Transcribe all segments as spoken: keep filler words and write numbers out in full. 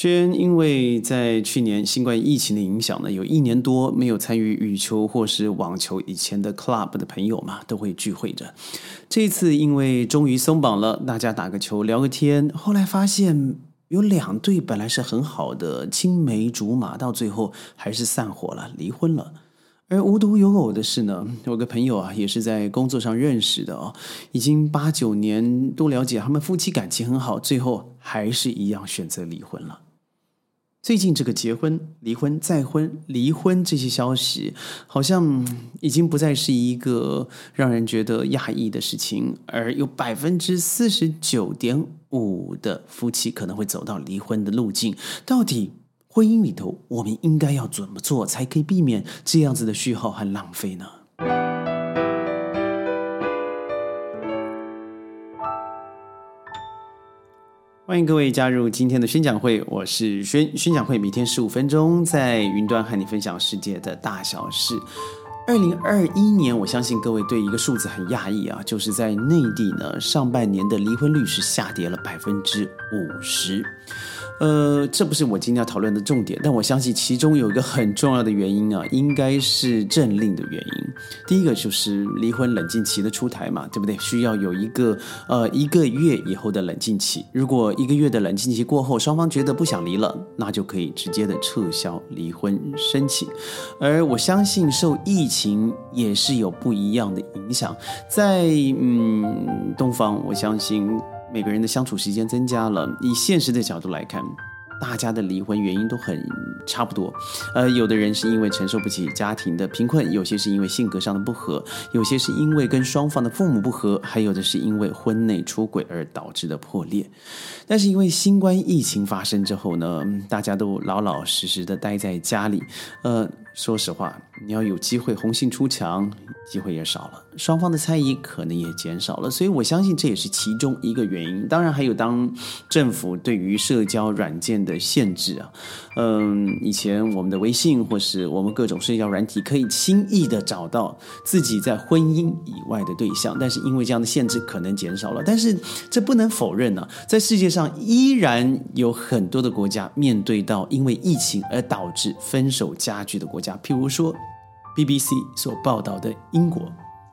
轩因为在去年新冠疫情的影响呢，有一年多没有参与羽球或是网球以前的 club 的朋友嘛，都会聚会着。这次因为终于松绑了，大家打个球聊个天，后来发现有两对本来是很好的青梅竹马，到最后还是散伙了，离婚了。而无独有偶的是呢，有个朋友啊，也是在工作上认识的哦，已经八九年都了解他们夫妻感情很好，最后还是一样选择离婚了。最近这个结婚、离婚、再婚、离婚这些消息，好像已经不再是一个让人觉得讶异的事情，而有百分之四十九点五的夫妻可能会走到离婚的路径。到底婚姻里头，我们应该要怎么做，才可以避免这样子的虚耗和浪费呢？欢迎各位加入今天的宣讲会，我是宣宣讲会，每天十五分钟，在云端和你分享世界的大小事。二零二一年，我相信各位对一个数字很讶异啊，就是在内地呢，上半年的离婚率是下跌了百分之五十。呃，这不是我今天要讨论的重点，但我相信其中有一个很重要的原因啊，应该是政令的原因。第一个就是离婚冷静期的出台嘛，对不对？需要有一个呃一个月以后的冷静期。如果一个月的冷静期过后，双方觉得不想离了，那就可以直接的撤销离婚申请。而我相信受疫情也是有不一样的影响，在嗯东方，我相信每个人的相处时间增加了，以现实的角度来看，大家的离婚原因都很差不多。呃，有的人是因为承受不起家庭的贫困，有些是因为性格上的不合，有些是因为跟双方的父母不合，还有的是因为婚内出轨而导致的破裂。但是因为新冠疫情发生之后呢，大家都老老实实的待在家里，呃，说实话，你要有机会红杏出墙，机会也少了，双方的猜疑可能也减少了，所以我相信这也是其中一个原因。当然还有当政府对于社交软件的限制啊，嗯，以前我们的微信或是我们各种社交软体可以轻易的找到自己在婚姻以外的对象，但是因为这样的限制可能减少了，但是这不能否认啊，在世界上依然有很多的国家面对到因为疫情而导致分手加剧的国家，譬如说 B B C 所报道的英国。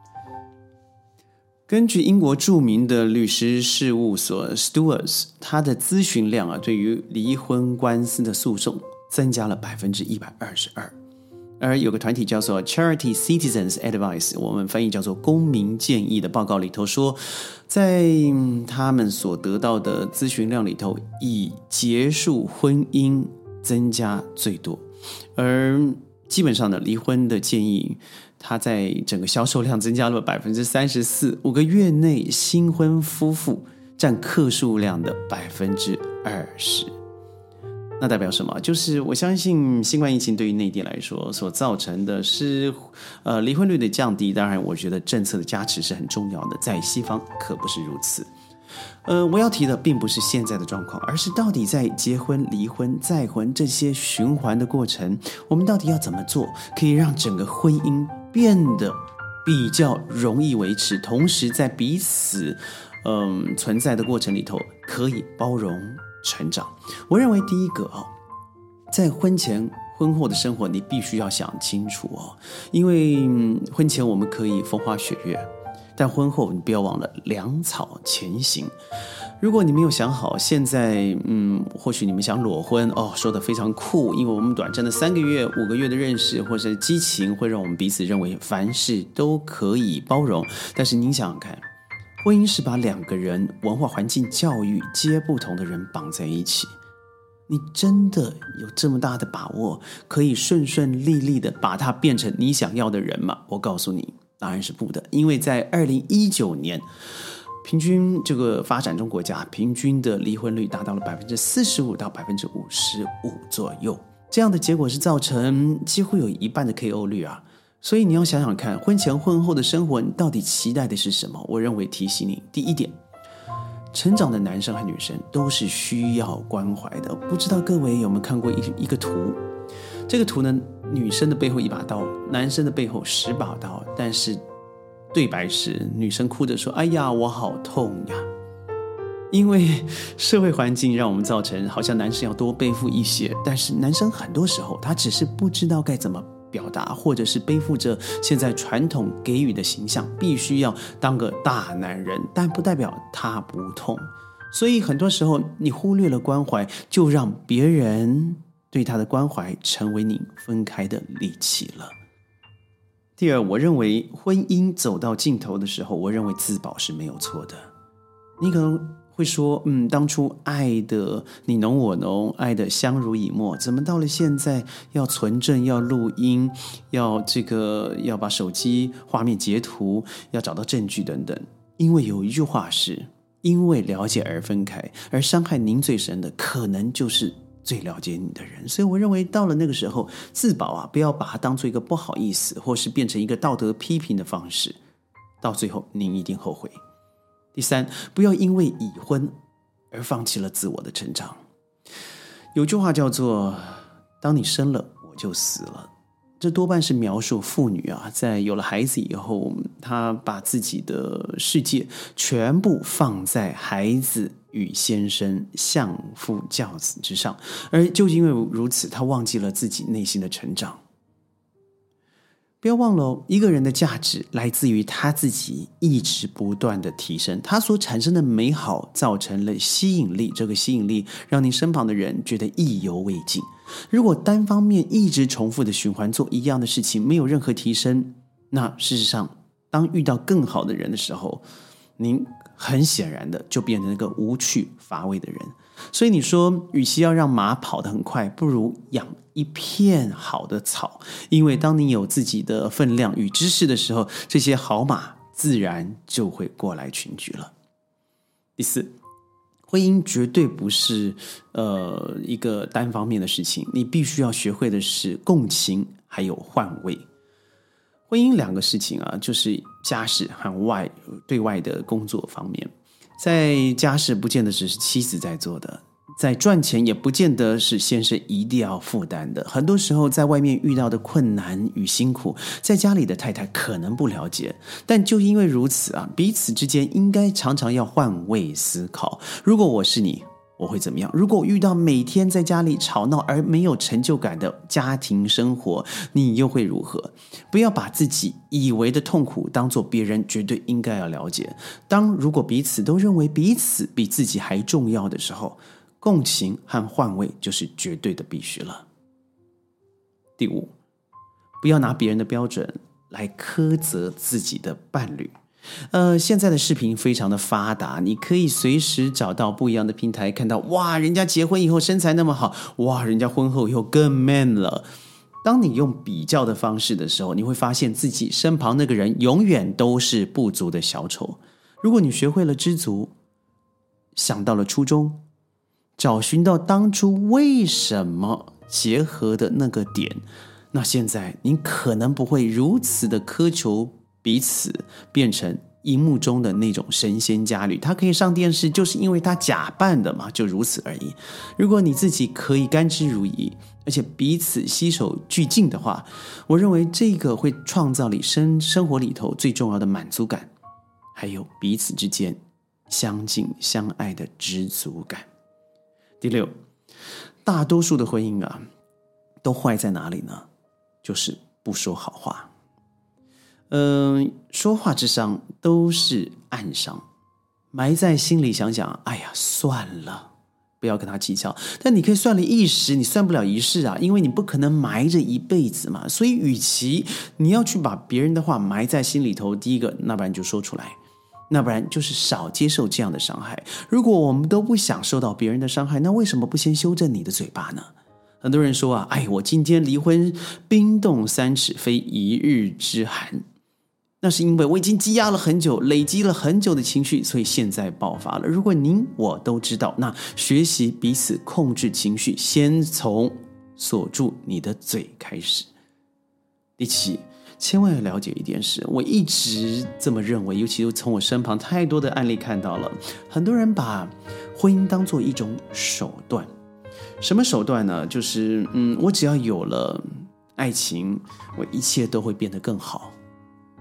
根据英国著名的律师事务所 Stewarts， 它的咨询量啊，对于离婚官司的诉讼增加了 百分之一百二十二。而有个团体叫做 Charity Citizens Advice， 我们翻译叫做公民建议的报告里头说，在他们所得到的咨询量里头，以结束婚姻增加最多。而基本上的离婚的建议，它在整个销售量增加了 百分之三十四， 五个月内新婚夫妇占客数量的 百分之二十。那代表什么？就是我相信新冠疫情对于内地来说所造成的是呃离婚率的降低，当然我觉得政策的加持是很重要的，在西方可不是如此。呃，我要提的并不是现在的状况，而是到底在结婚、离婚、再婚这些循环的过程，我们到底要怎么做，可以让整个婚姻变得比较容易维持，同时在彼此嗯、呃、存在的过程里头可以包容成长。我认为第一个哦，在婚前婚后的生活你必须要想清楚哦，因为、嗯、婚前我们可以风花雪月，但婚后你不要忘了粮草前行。如果你没有想好，现在嗯，或许你们想裸婚哦，说得非常酷，因为我们短暂的三个月、五个月的认识或是激情，会让我们彼此认为凡事都可以包容。但是您想想看，婚姻是把两个人文化环境、教育皆不同的人绑在一起，你真的有这么大的把握可以顺顺利利的把它变成你想要的人吗？我告诉你，当然是不的。因为在二零一九年，平均这个发展中国家平均的离婚率达到了 百分之四十五 到 百分之五十五 左右，这样的结果是造成几乎有一半的 K O 率啊。所以你要想想看，婚前婚后的生活你到底期待的是什么？我认为提醒你，第一点，成长的男生和女生都是需要关怀的。不知道各位有没有看过 一, 一个图，这个图呢，女生的背后一把刀，男生的背后十把刀，但是对白是女生哭着说，哎呀我好痛呀， 因为社会环境让我们造成好像男生要多背负一些，但是男生很多时候他只是不知道该怎么表达，或者是背负着现在传统给予的形象，必须要当个大男人，但不代表他不痛。所以很多时候你忽略了关怀，就让别人对他的关怀成为你分开的利器了。第二，我认为婚姻走到尽头的时候，我认为自保是没有错的。你可能会说，嗯，当初爱的你侬我侬，爱的相濡以沫，怎么到了现在要存证、要录音、要这个要把手机画面截图、要找到证据等等？因为有一句话是，因为了解而分开，而伤害您最深的，可能就是最了解你的人。所以我认为到了那个时候，自保啊，不要把它当做一个不好意思，或是变成一个道德批评的方式，到最后您一定后悔。第三，不要因为已婚而放弃了自我的成长。有句话叫做，当你生了我就死了，这多半是描述妇女啊，在有了孩子以后，她把自己的世界全部放在孩子与先生相夫教子之上，而就因为如此，她忘记了自己内心的成长。不要忘了哦，一个人的价值来自于他自己一直不断的提升，他所产生的美好造成了吸引力，这个吸引力让你身旁的人觉得意犹未尽。如果单方面一直重复的循环做一样的事情，没有任何提升，那事实上当遇到更好的人的时候，您很显然的就变成那个无趣乏味的人。所以你说，与其要让马跑得很快，不如养一片好的草，因为当你有自己的分量与知识的时候，这些好马自然就会过来群居了。第四，婚姻绝对不是呃一个单方面的事情，你必须要学会的是共情还有换位。婚姻两个事情啊，就是家事和外对外的工作方面。在家事不见得只是妻子在做的，在赚钱也不见得是先生一定要负担的。很多时候在外面遇到的困难与辛苦，在家里的太太可能不了解，但就因为如此啊，彼此之间应该常常要换位思考。如果我是你，我会怎么样？如果我遇到每天在家里吵闹而没有成就感的家庭生活，你又会如何？不要把自己以为的痛苦当作别人绝对应该要了解。当如果彼此都认为彼此比自己还重要的时候，共情和换位就是绝对的必须了。第五，不要拿别人的标准来苛责自己的伴侣。呃，现在的视频非常的发达，你可以随时找到不一样的平台，看到哇，人家结婚以后身材那么好，哇，人家婚后以后更 man 了。当你用比较的方式的时候，你会发现自己身旁那个人永远都是不足的小丑。如果你学会了知足，想到了初衷，找寻到当初为什么结合的那个点，那现在你可能不会如此的苛求彼此，变成荧幕中的那种神仙佳侣。他可以上电视，就是因为他假扮的嘛，就如此而已。如果你自己可以甘之如饴，而且彼此携手俱进的话，我认为这个会创造你生生活里头最重要的满足感，还有彼此之间相敬相爱的知足感。第六，大多数的婚姻啊，都坏在哪里呢？就是不说好话。嗯、呃，说话之伤都是暗伤，埋在心里想想，哎呀，算了，不要跟他计较。但你可以算了一时，你算不了一世啊，因为你不可能埋着一辈子嘛。所以，与其你要去把别人的话埋在心里头，第一个，那不然就说出来，那不然就是少接受这样的伤害。如果我们都不想受到别人的伤害，那为什么不先修正你的嘴巴呢？很多人说啊，哎，我今天离婚，冰冻三尺，非一日之寒。那是因为我已经积压了很久，累积了很久的情绪，所以现在爆发了。如果您我都知道，那学习彼此控制情绪，先从锁住你的嘴开始。第七，千万要了解一件事，我一直这么认为，尤其是从我身旁太多的案例看到了，很多人把婚姻当作一种手段。什么手段呢？就是嗯，我只要有了爱情，我一切都会变得更好。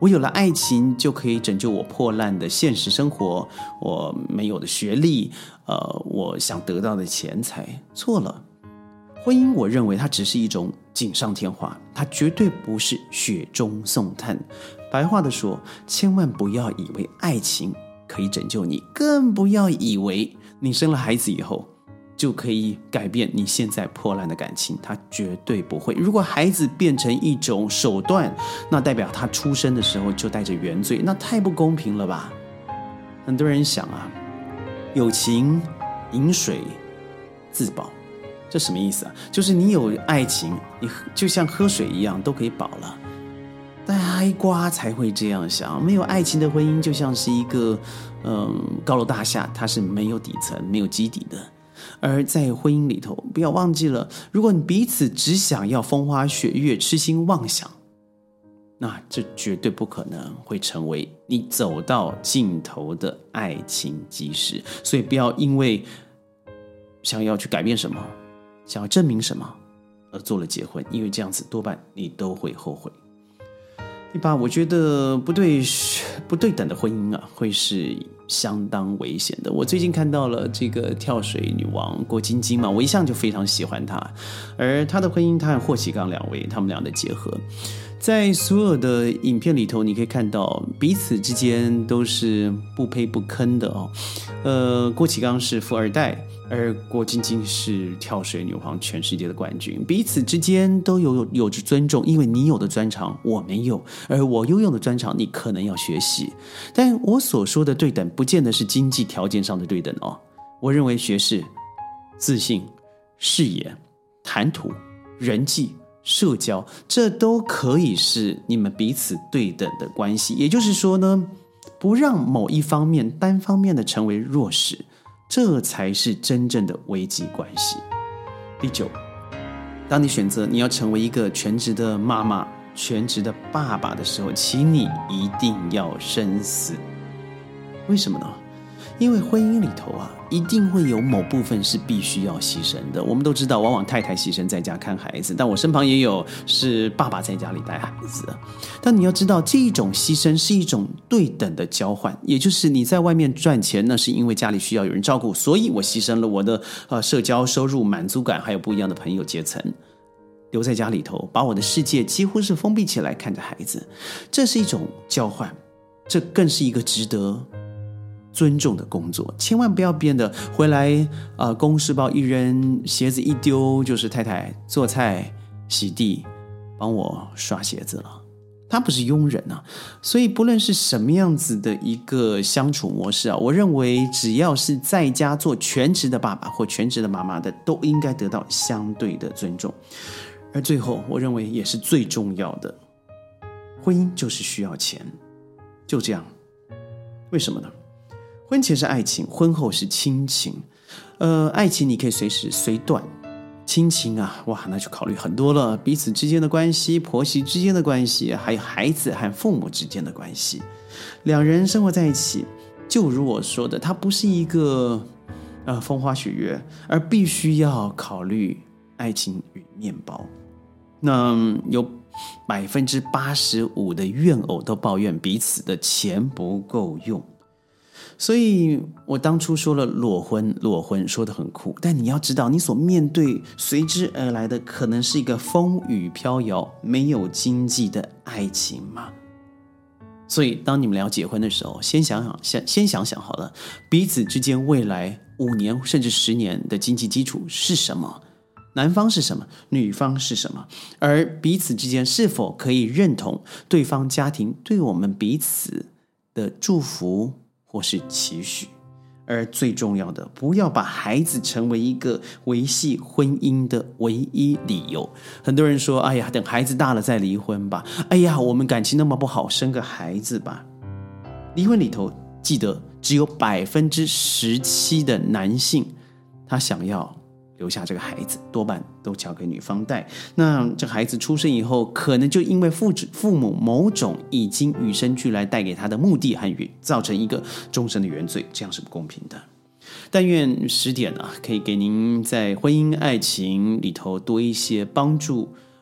我有了爱情就可以拯救我破烂的现实生活，我没有的学历，呃，我想得到的钱财。错了，婚姻我认为它只是一种锦上添花，它绝对不是雪中送炭。白话的说，千万不要以为爱情可以拯救你，更不要以为你生了孩子以后就可以改变你现在破烂的感情，它绝对不会。如果孩子变成一种手段，那代表他出生的时候就带着原罪，那太不公平了吧。很多人想啊，有情饮水自饱，这什么意思啊？就是你有爱情，你就像喝水一样都可以饱了。但哀瓜才会这样想，没有爱情的婚姻就像是一个嗯高楼大厦，它是没有底层没有基底的。而在婚姻里头，不要忘记了，如果你彼此只想要风花雪月痴心妄想，那这绝对不可能会成为你走到尽头的爱情基石。所以不要因为想要去改变什么，想要证明什么而做了结婚，因为这样子多半你都会后悔。第八，我觉得不对不对等的婚姻啊，会是相当危险的。我最近看到了这个跳水女王郭晶晶嘛，我一向就非常喜欢她，而她的婚姻，她和霍启刚两位，他们俩的结合，在所有的影片里头，你可以看到彼此之间都是不卑不吭的哦。呃，郭启刚是富二代，而郭晶晶是跳水女王，全世界的冠军，彼此之间都有有着尊重，因为你有的专长我没有，而我拥有的专长你可能要学习。但我所说的对等，不见得是经济条件上的对等哦。我认为学识、自信、视野、谈吐、人际、社交，这都可以是你们彼此对等的关系。也就是说呢，不让某一方面单方面的成为弱势，这才是真正的危机关系。第九，当你选择你要成为一个全职的妈妈、全职的爸爸的时候，请你一定要深思。为什么呢？因为婚姻里头啊，一定会有某部分是必须要牺牲的。我们都知道，往往太太牺牲在家看孩子，但我身旁也有是爸爸在家里带孩子的。但你要知道，这种牺牲是一种对等的交换，也就是你在外面赚钱，那是因为家里需要有人照顾，所以我牺牲了我的呃社交收入、满足感，还有不一样的朋友阶层，留在家里头，把我的世界几乎是封闭起来，看着孩子。这是一种交换，这更是一个值得尊重的工作。千万不要变得回来呃，公事包一扔，鞋子一丢，就是太太做菜、洗地、帮我刷鞋子了。他不是佣人啊。所以不论是什么样子的一个相处模式啊，我认为只要是在家做全职的爸爸或全职的妈妈的，都应该得到相对的尊重。而最后，我认为也是最重要的，婚姻就是需要钱，就这样。为什么呢？婚前是爱情，婚后是亲情。呃，爱情你可以随时随断，亲情啊，哇，那就考虑很多了，彼此之间的关系，婆媳之间的关系，还有孩子和父母之间的关系。两人生活在一起，就如我说的，它不是一个呃风花雪月，而必须要考虑爱情与面包。那有百分之八十五的怨偶都抱怨彼此的钱不够用。所以我当初说了裸婚裸婚说得很酷，但你要知道，你所面对随之而来的可能是一个风雨飘摇没有经济的爱情嘛。所以当你们俩结婚的时候，先想想先先想想好了，彼此之间未来五年甚至十年的经济基础是什么，男方是什么，女方是什么，而彼此之间是否可以认同对方家庭对我们彼此的祝福或是期许。而最重要的，不要把孩子成为一个维系婚姻的唯一理由。很多人说，哎呀，等孩子大了再离婚吧，哎呀，我们感情那么不好，生个孩子吧。离婚里头记得只有百分之十七的男性他想要留下这个孩子，多半都交给女方带。那这孩子出生以后，可能就因为父父母某种已经与生俱来带给他的目的和缘，造成一个终身的原罪，这样是不公平的。但愿十点啊，可以给您在婚姻爱情里头多一些帮助，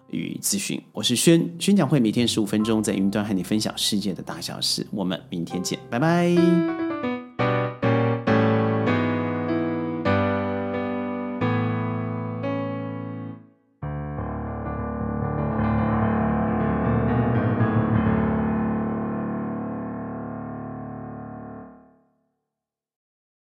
与资讯。我是轩，宣讲会每天十五分钟，在云端和你分享世界的大小事。我们明天见，拜拜。